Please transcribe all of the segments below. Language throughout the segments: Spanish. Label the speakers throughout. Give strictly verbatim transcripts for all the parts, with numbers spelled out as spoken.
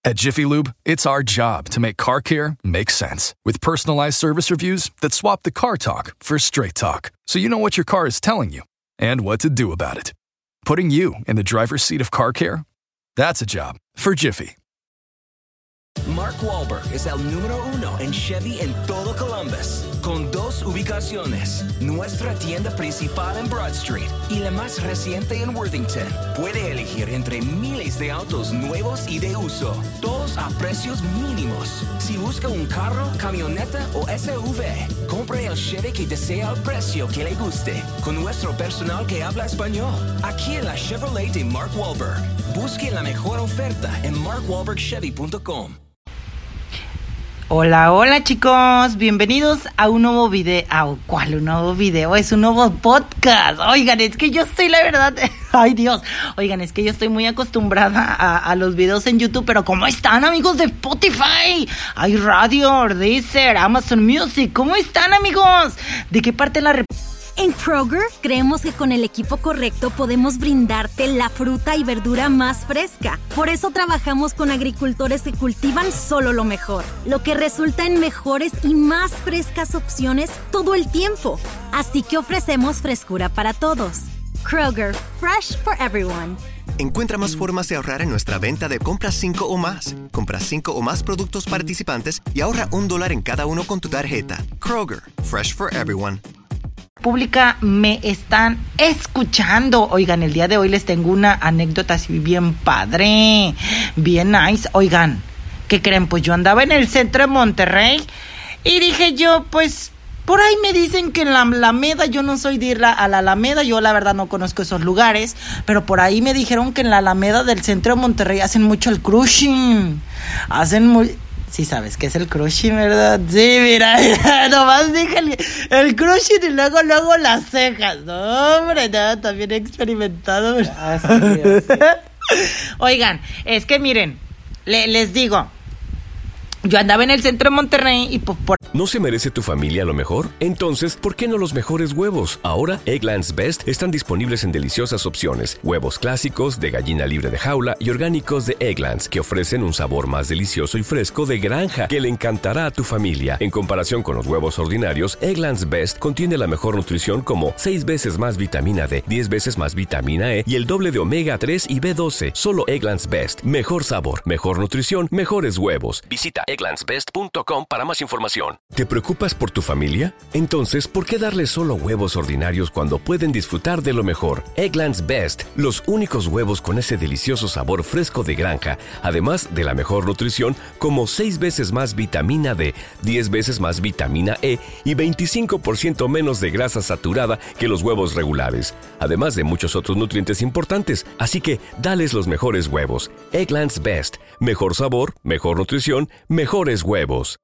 Speaker 1: At Jiffy Lube, it's our job to make car care make sense. With personalized service reviews that swap the car talk for straight talk, so you know what your car is telling you and what to do about it. Putting you in the driver's seat of car care? That's a job for Jiffy.
Speaker 2: Mark Wahlberg es el número uno en Chevy en todo Columbus, con dos ubicaciones. Nuestra tienda principal en Broad Street y la más reciente en Worthington. Puede elegir entre miles de autos nuevos y de uso, todos a precios mínimos. Si busca un carro, camioneta o S U V, compre el Chevy que desea al precio que le guste, con nuestro personal que habla español. Aquí en la Chevrolet de Mark Wahlberg. Busque la mejor oferta en mark wahlberg chevy punto com.
Speaker 3: Hola, hola chicos, bienvenidos a un nuevo video. ¿A cuál un nuevo video? Es un nuevo podcast. Oigan, es que yo estoy, la verdad, ay Dios, oigan, es que yo estoy muy acostumbrada a, a los videos en YouTube, pero ¿cómo están, amigos de Spotify? Hay radio, Deezer, Amazon Music, ¿cómo están, amigos? ¿De qué parte de la República?
Speaker 4: En Kroger, creemos que con el equipo correcto podemos brindarte la fruta y verdura más fresca. Por eso trabajamos con agricultores que cultivan solo lo mejor, lo que resulta en mejores y más frescas opciones todo el tiempo. Así que ofrecemos frescura para todos. Kroger, fresh for everyone.
Speaker 5: Encuentra más formas de ahorrar en nuestra venta de compra cinco o más. Compra cinco o más productos participantes y ahorra un dólar en cada uno con tu tarjeta. Kroger, fresh for everyone.
Speaker 3: Pública me están escuchando. Oigan, el día de hoy les tengo una anécdota así bien padre, bien nice. Oigan, ¿qué creen? Pues yo andaba en el centro de Monterrey y dije yo, pues por ahí me dicen que en la Alameda, yo no soy de ir a la Alameda, yo la verdad no conozco esos lugares, pero por ahí me dijeron que en la Alameda del centro de Monterrey hacen mucho el crushing, hacen muy... Sí sabes qué es el crushing, ¿verdad? Sí, mira, mira, nomás dije el, el crushing y luego, luego las cejas. No, hombre, no, también he experimentado. Ah, sí, sí. Oigan, es que miren, le, les digo, yo andaba en el centro de Monterrey y pues por...
Speaker 6: ¿No se merece tu familia lo mejor? Entonces, ¿por qué no los mejores huevos? Ahora, Eggland's Best están disponibles en deliciosas opciones. Huevos clásicos, de gallina libre de jaula y orgánicos de Eggland's, que ofrecen un sabor más delicioso y fresco de granja que le encantará a tu familia. En comparación con los huevos ordinarios, Eggland's Best contiene la mejor nutrición como seis veces más vitamina D, diez veces más vitamina E y el doble de omega tres y B doce. Solo Eggland's Best. Mejor sabor, mejor nutrición, mejores huevos. Visita egglands best punto com para más información. ¿Te preocupas por tu familia? Entonces, ¿por qué darles solo huevos ordinarios cuando pueden disfrutar de lo mejor? Eggland's Best, los únicos huevos con ese delicioso sabor fresco de granja, además de la mejor nutrición como seis veces más vitamina D, diez veces más vitamina E y veinticinco por ciento menos de grasa saturada que los huevos regulares, además de muchos otros nutrientes importantes. Así que, dales los mejores huevos. Eggland's Best, mejor sabor, mejor nutrición, mejores huevos.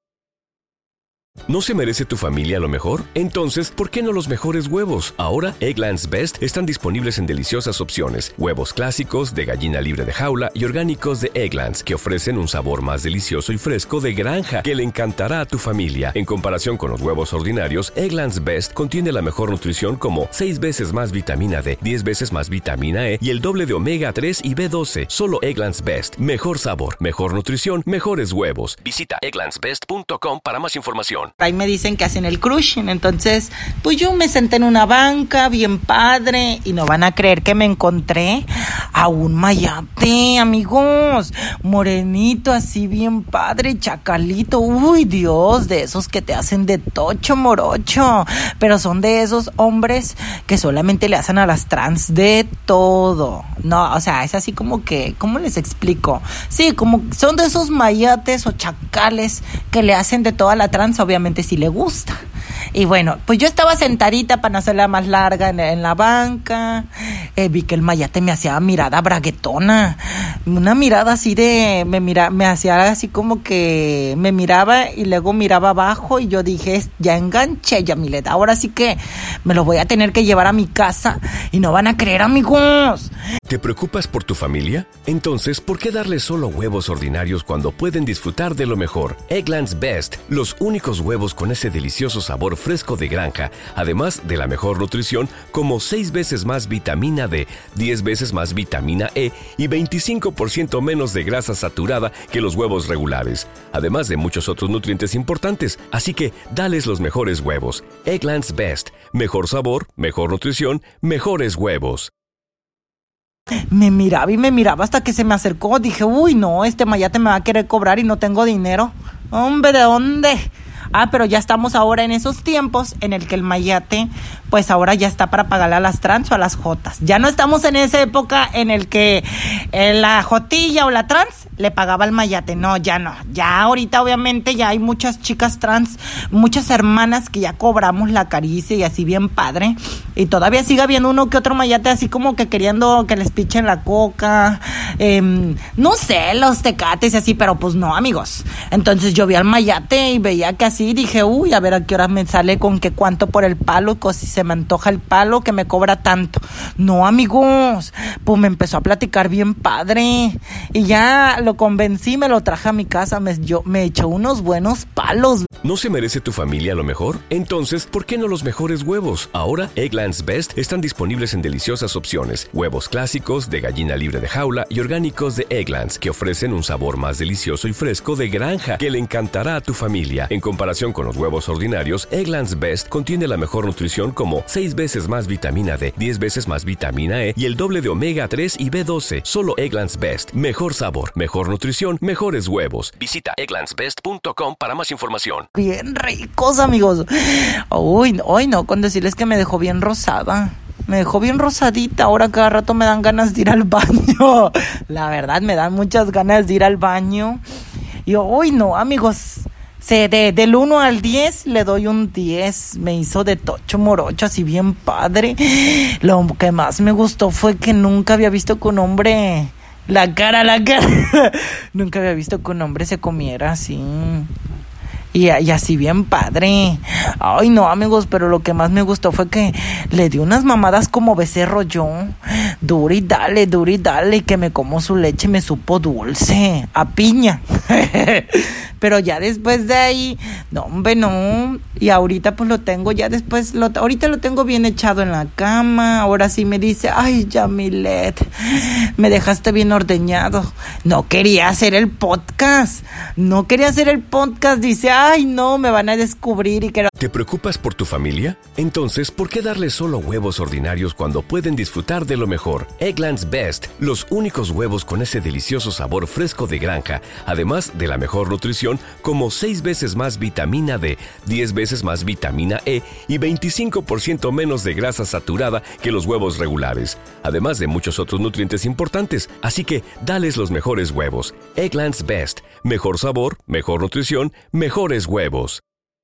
Speaker 6: ¿No se merece tu familia lo mejor? Entonces, ¿por qué no los mejores huevos? Ahora, Eggland's Best están disponibles en deliciosas opciones. Huevos clásicos, de gallina libre de jaula y orgánicos de Eggland's, que ofrecen un sabor más delicioso y fresco de granja que le encantará a tu familia. En comparación con los huevos ordinarios, Eggland's Best contiene la mejor nutrición como seis veces más vitamina D, diez veces más vitamina E y el doble de omega tres y B doce. Solo Eggland's Best. Mejor sabor, mejor nutrición, mejores huevos. Visita egglands best punto com para más información.
Speaker 3: Ahí me dicen que hacen el crushing, entonces pues yo me senté en una banca bien padre y no van a creer que me encontré a un mayate, amigos, morenito así bien padre, chacalito, uy Dios, de esos que te hacen de tocho morocho, pero son de esos hombres que solamente le hacen a las trans de todo, no, o sea, es así como que, ¿cómo les explico? Sí, como son de esos mayates o chacales que le hacen de toda la trans, obviamente si le gusta. Y bueno, pues yo estaba sentadita para no hacerla más larga en, en la banca. Eh, vi que el mayate me hacía mirada braguetona. Una mirada así de... Me, mira, me hacía así como que... Me miraba y luego miraba abajo. Y yo dije, ya enganché, Yamilet. Ahora sí que me lo voy a tener que llevar a mi casa. Y no van a creer, amigos.
Speaker 6: ¿Te preocupas por tu familia? Entonces, ¿por qué darles solo huevos ordinarios cuando pueden disfrutar de lo mejor? Eggland's Best, los únicos huevos con ese delicioso sabor fresco de granja, además de la mejor nutrición, como seis veces más vitamina D, diez veces más vitamina E y veinticinco por ciento menos de grasa saturada que los huevos regulares, además de muchos otros nutrientes importantes. Así que, dales los mejores huevos. Eggland's Best, mejor sabor, mejor nutrición, mejores huevos.
Speaker 3: Me miraba y me miraba hasta que se me acercó. Dije, uy, no, este mayate me va a querer cobrar y no tengo dinero. Hombre, ¿de dónde? Ah, pero ya estamos ahora en esos tiempos en el que el mayate, pues ahora ya está para pagarle a las trans o a las jotas. Ya no estamos en esa época en el que eh, la jotilla o la trans le pagaba al mayate. No, ya no. Ya ahorita obviamente ya hay muchas chicas trans, muchas hermanas que ya cobramos la caricia y así bien padre. Y todavía sigue habiendo uno que otro mayate así como que queriendo que les pichen la coca, eh, no sé, los tecates y así, pero pues no, amigos. Entonces yo vi al mayate y veía que así dije, uy, a ver a qué hora me sale con que cuánto por el palo, pues si se me antoja el palo que me cobra tanto. No, amigos, pues me empezó a platicar bien padre y ya lo convencí, me lo traje a mi casa, me, yo, me echó unos buenos palos.
Speaker 6: ¿No se merece tu familia lo mejor? Entonces, ¿por qué no los mejores huevos? Ahora, Eggland's Best están disponibles en deliciosas opciones. Huevos clásicos, de gallina libre de jaula y orgánicos de Eggland's, que ofrecen un sabor más delicioso y fresco de granja que le encantará a tu familia. En comparación con los huevos ordinarios, Eggland's Best contiene la mejor nutrición como seis veces más vitamina D, diez veces más vitamina E y el doble de omega tres y B doce. Solo Eggland's Best. Mejor sabor, mejor nutrición, mejores huevos. Visita egglands best punto com para más información.
Speaker 3: Bien ricos, amigos. Uy, hoy no, con decirles que me dejó bien rosada. Me dejó bien rosadita. Ahora cada rato me dan ganas de ir al baño. La verdad, me dan muchas ganas de ir al baño. Y hoy no, amigos. Se, de, del uno al diez le doy un diez. Me hizo de tocho morocho, así bien padre. Lo que más me gustó fue que nunca había visto que un hombre... La cara, la cara. Nunca había visto que un hombre se comiera así. Y, y así bien padre. Ay, no, amigos, pero lo que más me gustó fue que le di unas mamadas como becerro yo. Duro y dale, duro y dale. Y que me como su leche me supo dulce. A piña. Pero ya después de ahí, no, hombre, no. Y ahorita pues lo tengo ya después, lo, ahorita lo tengo bien echado en la cama. Ahora sí me dice, ay, Yamilet, me dejaste bien ordeñado. No quería hacer el podcast. No quería hacer el podcast. Dice, ay, no, me van a descubrir y que...
Speaker 6: ¿Te preocupas por tu familia? Entonces, ¿por qué darles solo huevos ordinarios cuando pueden disfrutar de lo mejor? Eggland's Best, los únicos huevos con ese delicioso sabor fresco de granja, además de la mejor nutrición, como seis veces más vitamina D, diez veces más vitamina E y veinticinco por ciento menos de grasa saturada que los huevos regulares, además de muchos otros nutrientes importantes. Así que, dales los mejores huevos. Eggland's Best, mejor sabor, mejor nutrición, mejores huevos.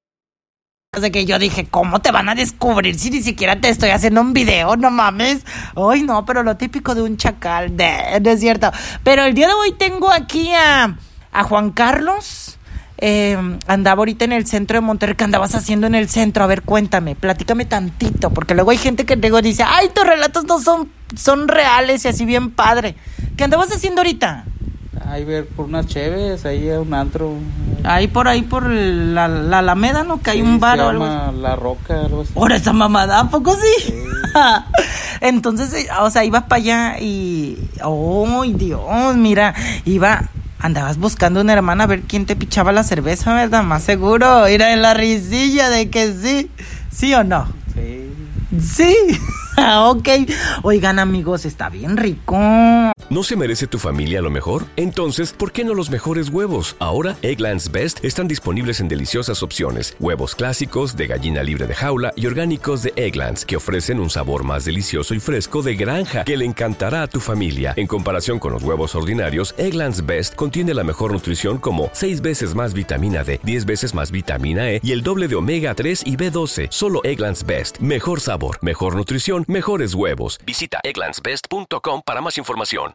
Speaker 3: De que yo dije, ¿cómo te van a descubrir si ni siquiera te estoy haciendo un video? No mames. Ay, no, pero lo típico de un chacal, de, de cierto. Pero el día de hoy tengo aquí a, a Juan Carlos. Eh, andaba ahorita en el centro de Monterrey. ¿Qué andabas haciendo en el centro? A ver, cuéntame, platícame tantito, porque luego hay gente que luego dice, ay, tus relatos no son, son reales y así bien padre. ¿Qué andabas haciendo ahorita?
Speaker 7: Ahí ver por unas cheves, ahí a un antro.
Speaker 3: Ahí por ahí por la, la Alameda, ¿no? Que hay sí, un bar o algo así.
Speaker 7: La Roca, algo así.
Speaker 3: ¿Ahora esa mamada? ¿A poco sí? sí. Entonces, o sea, ibas para allá y... ¡Oh, Dios! Mira, iba... Andabas buscando una hermana a ver quién te pichaba la cerveza, ¿verdad? Más seguro. Era en la risilla de que sí. ¿Sí o no?
Speaker 7: Sí.
Speaker 3: Sí. Ok. Oigan, amigos, está bien rico.
Speaker 6: ¿No se merece tu familia lo mejor? Entonces, ¿por qué no los mejores huevos? Ahora, Eggland's Best están disponibles en deliciosas opciones. Huevos clásicos, de gallina libre de jaula y orgánicos de Eggland's, que ofrecen un sabor más delicioso y fresco de granja que le encantará a tu familia. En comparación con los huevos ordinarios, Eggland's Best contiene la mejor nutrición como seis veces más vitamina D, diez veces más vitamina E y el doble de omega tres y B doce. Solo Eggland's Best. Mejor sabor, mejor nutrición, mejores huevos. Visita egglands best punto com para más información.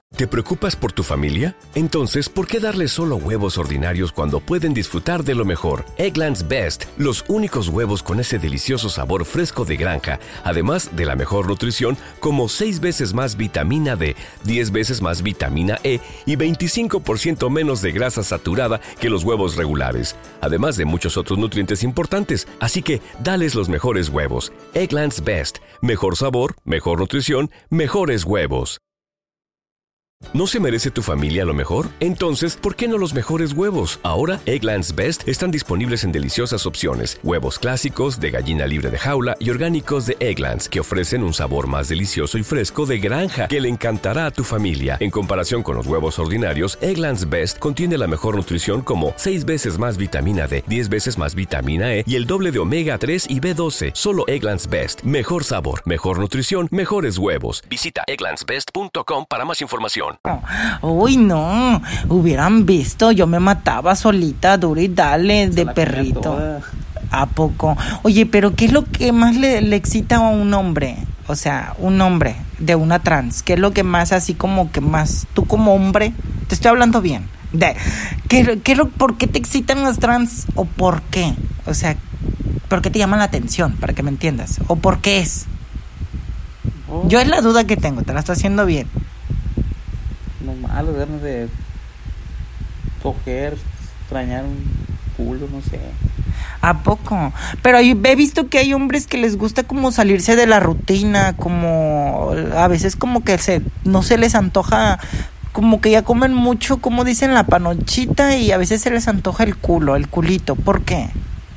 Speaker 6: ¿Te preocupas por tu familia? Entonces, ¿por qué darles solo huevos ordinarios cuando pueden disfrutar de lo mejor? Eggland's Best, los únicos huevos con ese delicioso sabor fresco de granja, además de la mejor nutrición, como seis veces más vitamina D, diez veces más vitamina E y veinticinco por ciento menos de grasa saturada que los huevos regulares, además de muchos otros nutrientes importantes. Así que, dales los mejores huevos. Eggland's Best, mejor sabor, mejor nutrición, mejores huevos. ¿No se merece tu familia lo mejor? Entonces, ¿por qué no los mejores huevos? Ahora, Eggland's Best están disponibles en deliciosas opciones. Huevos clásicos, de gallina libre de jaula y orgánicos de Eggland's, que ofrecen un sabor más delicioso y fresco de granja que le encantará a tu familia. En comparación con los huevos ordinarios, Eggland's Best contiene la mejor nutrición como seis veces más vitamina D, diez veces más vitamina E y el doble de omega tres y B doce. Solo Eggland's Best. Mejor sabor, mejor nutrición, mejores huevos. Visita egglands best punto com para más información.
Speaker 3: Uy, no, hubieran visto, yo me mataba solita, duro y dale, de perrito. ¿A poco? Oye, pero ¿qué es lo que más le, le excita a un hombre? O sea, un hombre de una trans, ¿qué es lo que más así como que más, tú como hombre, te estoy hablando bien, de, ¿qué, qué, ¿por qué te excitan las trans o por qué? O sea, ¿por qué te llaman la atención? Para que me entiendas, o por qué es. Oh. Yo es la duda que tengo, te la estoy haciendo bien.
Speaker 7: Normal, las ganas de coger, extrañar un culo, no sé.
Speaker 3: ¿A poco? Pero he visto que hay hombres que les gusta como salirse de la rutina, como a veces como que se no se les antoja, como que ya comen mucho, como dicen, la panochita, y a veces se les antoja el culo, el culito. ¿Por qué?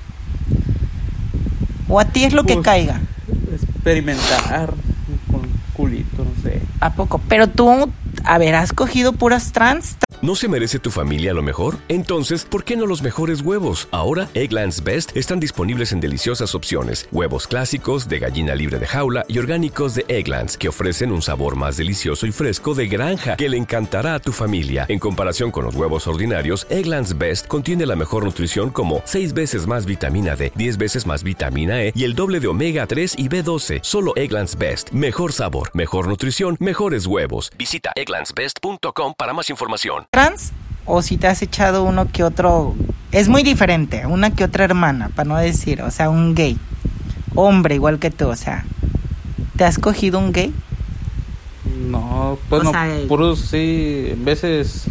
Speaker 3: ¿O a ti es lo pues, que caiga?
Speaker 7: Experimentar con culito, no sé.
Speaker 3: ¿A poco? Pero tú, a ver, ¿has cogido puras trans?
Speaker 6: ¿No se merece tu familia lo mejor? Entonces, ¿por qué no los mejores huevos? Ahora, Eggland's Best están disponibles en deliciosas opciones. Huevos clásicos, de gallina libre de jaula y orgánicos de Eggland's, que ofrecen un sabor más delicioso y fresco de granja que le encantará a tu familia. En comparación con los huevos ordinarios, Eggland's Best contiene la mejor nutrición como seis veces más vitamina D, diez veces más vitamina E y el doble de omega tres y B doce. Solo Eggland's Best. Mejor sabor, mejor nutrición, mejores huevos. Visita egglands best punto com para más información.
Speaker 3: ¿Trans? O si te has echado uno que otro, es muy diferente, una que otra hermana, para no decir, o sea, un gay, hombre igual que tú, o sea, ¿te has cogido un gay?
Speaker 7: No, pues o no, sea, puros sí, en veces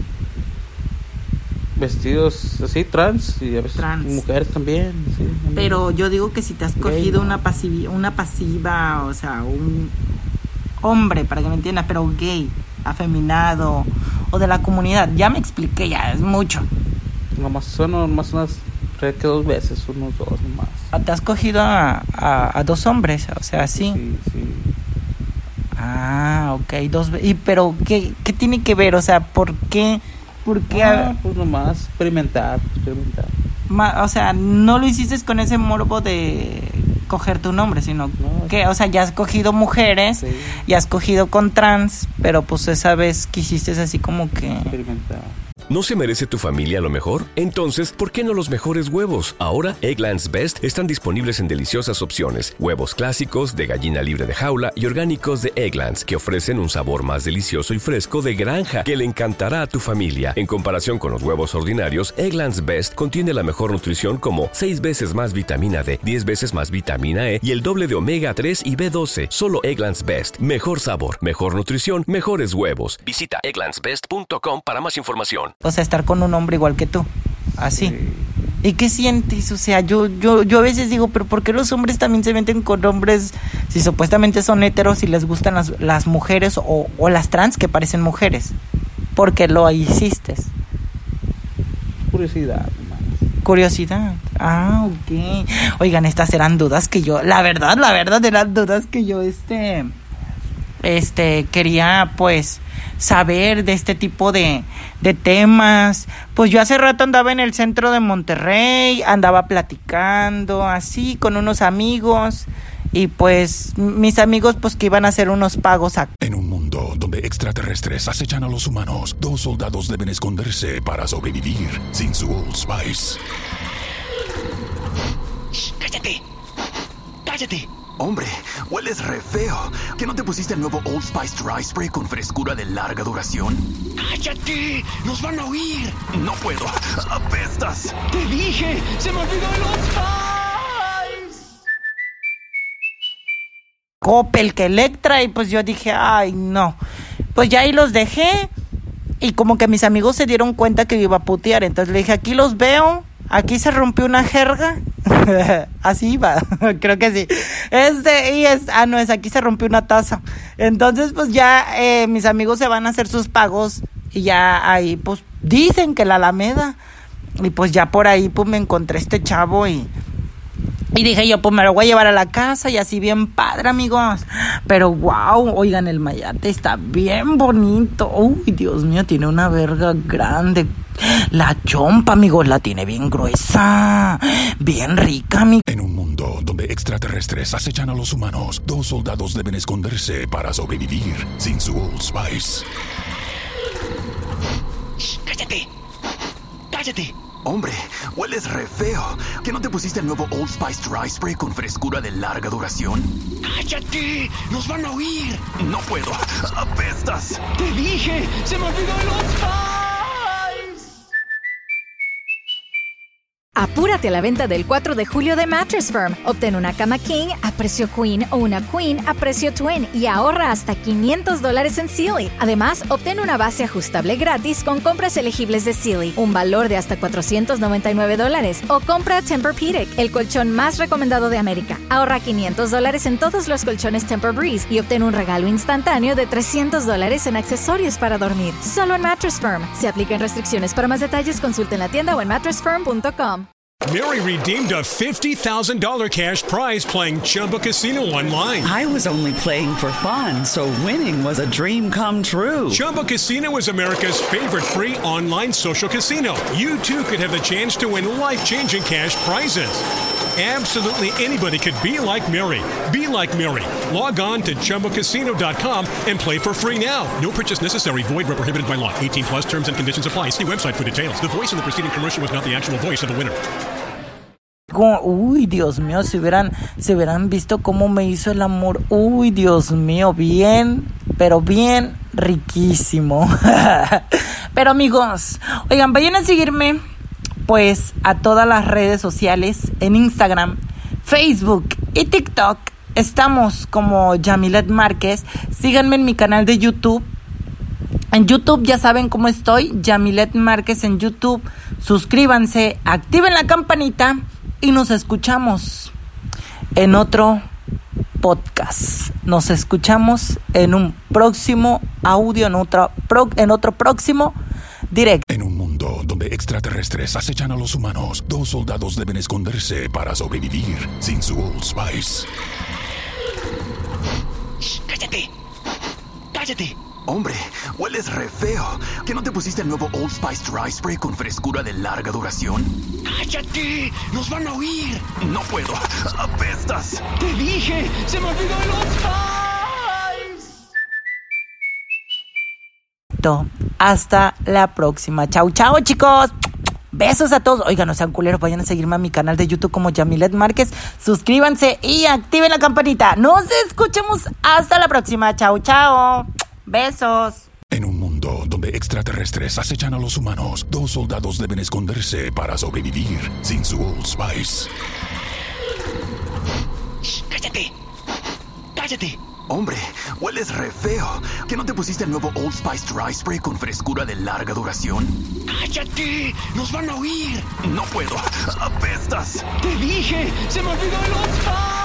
Speaker 7: vestidos así, trans, y a veces trans. Mujeres también, sí.
Speaker 3: Pero yo digo que si te has cogido gay, una pasiva, una pasiva, o sea, un hombre, para que me entiendas, pero gay, afeminado, o de la comunidad, ya me expliqué, ya es mucho.
Speaker 7: Nomás son nomás unas, creo que dos veces, unos dos nomás.
Speaker 3: ¿Te has cogido a, a, a dos hombres? O sea, ¿sí?
Speaker 7: Sí, sí.
Speaker 3: Ah, ok, dos veces. ¿Y pero qué, qué tiene que ver? O sea, ¿por qué? ¿Por qué?
Speaker 7: Ah, pues nomás experimentar, experimentar.
Speaker 3: Ma, o sea, no lo hiciste con ese morbo de cogerte un hombre, sino no, que, o sea, ya has cogido mujeres, sí. Y has cogido con trans, pero pues esa vez que hiciste así como que
Speaker 7: experimentar.
Speaker 6: ¿No se merece tu familia lo mejor? Entonces, ¿por qué no los mejores huevos? Ahora, Eggland's Best están disponibles en deliciosas opciones. Huevos clásicos, de gallina libre de jaula y orgánicos de Eggland's, que ofrecen un sabor más delicioso y fresco de granja que le encantará a tu familia. En comparación con los huevos ordinarios, Eggland's Best contiene la mejor nutrición como seis veces más vitamina D, diez veces más vitamina E y el doble de omega tres y B doce. Solo Eggland's Best. Mejor sabor, mejor nutrición, mejores huevos. Visita egglands best punto com para más información.
Speaker 3: O sea, estar con un hombre igual que tú, así.
Speaker 7: Sí.
Speaker 3: ¿Y qué sientes? O sea, yo, yo, yo a veces digo, pero ¿por qué los hombres también se meten con hombres si supuestamente son heteros y les gustan las, las mujeres o, o las trans que parecen mujeres? ¿Por qué lo hiciste?
Speaker 7: Curiosidad, hermano.
Speaker 3: Curiosidad. Ah, ok. Oigan, estas eran dudas que yo, la verdad, la verdad eran dudas que yo, este, este, quería, pues, saber de este tipo de, de temas. Pues yo hace rato andaba en el centro de Monterrey, andaba platicando así con unos amigos y pues mis amigos pues que iban a hacer unos pagos a...
Speaker 8: En un mundo donde extraterrestres acechan a los humanos, dos soldados deben esconderse para sobrevivir sin su Old Spice.
Speaker 9: Shh, cállate, cállate. Hombre, hueles re feo. ¿Que no te pusiste el nuevo Old Spice Dry Spray con frescura de larga duración? ¡Cállate! ¡Nos van a oír! No puedo. ¡Apestas! ¡Te dije! ¡Se me olvidó el Old Spice!
Speaker 3: Coppel, que Electra, y pues yo dije, ay, no. Pues ya ahí los dejé, y como que mis amigos se dieron cuenta que yo iba a putear, entonces le dije, aquí los veo, aquí se rompió una jerga. Así iba, creo que sí. Este, y es, ah, no, es aquí se rompió una taza. Entonces, pues ya eh, mis amigos se van a hacer sus pagos, y ya ahí, pues, dicen que la Alameda. Y pues ya por ahí, pues, me encontré este chavo y... Y dije yo, pues me lo voy a llevar a la casa y así bien padre, amigos. Pero wow, oigan, el mayate está bien bonito. Uy, Dios mío, tiene una verga grande. La chompa, amigos, la tiene bien gruesa. Bien rica, amigos.
Speaker 8: En un mundo donde extraterrestres acechan a los humanos, dos soldados deben esconderse para sobrevivir sin su Old Spice.
Speaker 9: Shh, ¡cállate! ¡Cállate! Hombre, hueles re feo. ¿Que no te pusiste el nuevo Old Spice Dry Spray con frescura de larga duración? ¡Cállate! ¡Nos van a oír! No puedo. ¡Apestas! ¡Te dije! ¡Se me olvidó el Old Spice!
Speaker 10: Apúrate a la venta del cuatro de julio de Mattress Firm. Obtén una cama King a precio Queen o una Queen a precio Twin y ahorra hasta quinientos dólares en Sealy. Además, obtén una base ajustable gratis con compras elegibles de Sealy, un valor de hasta cuatrocientos noventa y nueve dólares. O compra Tempur-Pedic, el colchón más recomendado de América. Ahorra quinientos dólares en todos los colchones Tempur-Breeze y obtén un regalo instantáneo de trescientos dólares en accesorios para dormir. Solo en Mattress Firm. Se aplican restricciones. Para más detalles, consulte en la tienda o en mattress firm punto com.
Speaker 11: Mary redeemed a fifty thousand dollars cash prize playing Chumba Casino online.
Speaker 12: I was only playing for fun, so winning was a dream come true.
Speaker 11: Chumba Casino is America's favorite free online social casino. You too could have the chance to win life-changing cash prizes. Absolutely anybody could be like Mary. Be like Mary. Log on to chumba casino dot com and play for free now. No purchase necessary. Void where prohibited by law. eighteen plus terms and conditions apply. See website for details. The voice in the preceding commercial was not the actual voice of the winner.
Speaker 3: Uy, Dios mío, si hubieran, si hubieran visto cómo me hizo el amor. Uy, Dios mío, bien, pero bien riquísimo. Pero amigos, oigan, vayan a seguirme pues a todas las redes sociales, en Instagram, Facebook y TikTok. Estamos como Yamilet Márquez. Síganme en mi canal de YouTube. En YouTube ya saben cómo estoy, Yamilet Márquez en YouTube. Suscríbanse, activen la campanita y nos escuchamos en otro podcast. Nos escuchamos en un próximo audio, en otro, pro, en otro próximo directo.
Speaker 8: En un mundo donde extraterrestres acechan a los humanos, dos soldados deben esconderse para sobrevivir sin su Old Spice.
Speaker 9: Shh, ¡cállate! ¡Cállate! Hombre, hueles re feo. ¿Que no te pusiste el nuevo Old Spice Dry Spray con frescura de larga duración? ¡Cállate! ¡Nos van a oír! No puedo. ¡Apestas! ¡Te dije! ¡Se me olvidó el Old Spice!
Speaker 3: Hasta la próxima. Chau, chau, chicos. Besos a todos. Oigan, no sean culeros, vayan a seguirme a mi canal de YouTube como Yamilet Márquez. Suscríbanse y activen la campanita. Nos escuchamos hasta la próxima. Chau, chau. Besos.
Speaker 8: En un mundo donde extraterrestres acechan a los humanos, dos soldados deben esconderse para sobrevivir sin su Old Spice.
Speaker 9: Shh, ¡cállate! ¡Cállate! Hombre, hueles re feo. ¿Que no te pusiste el nuevo Old Spice Dry Spray con frescura de larga duración? ¡Cállate! ¡Nos van a oír! No puedo. ¡Apestas! ¡Te dije! ¡Se me olvidó el Old Spice!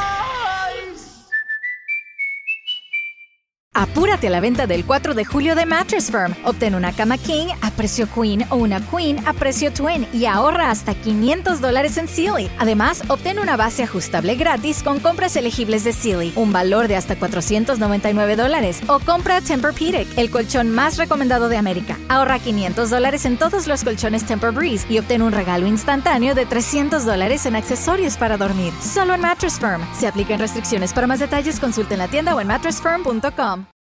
Speaker 10: Apúrate a la venta del cuatro de julio de Mattress Firm. Obtén una cama King a precio Queen o una Queen a precio Twin y ahorra hasta quinientos dólares en Sealy. Además, obtén una base ajustable gratis con compras elegibles de Sealy, un valor de hasta cuatrocientos noventa y nueve dólares. O compra Tempur-Pedic, el colchón más recomendado de América. Ahorra quinientos dólares en todos los colchones Tempur-Breeze y obtén un regalo instantáneo de trescientos dólares en accesorios para dormir. Solo en Mattress Firm. Se aplican restricciones. Para más detalles, consulte en la tienda o en mattress firm punto com.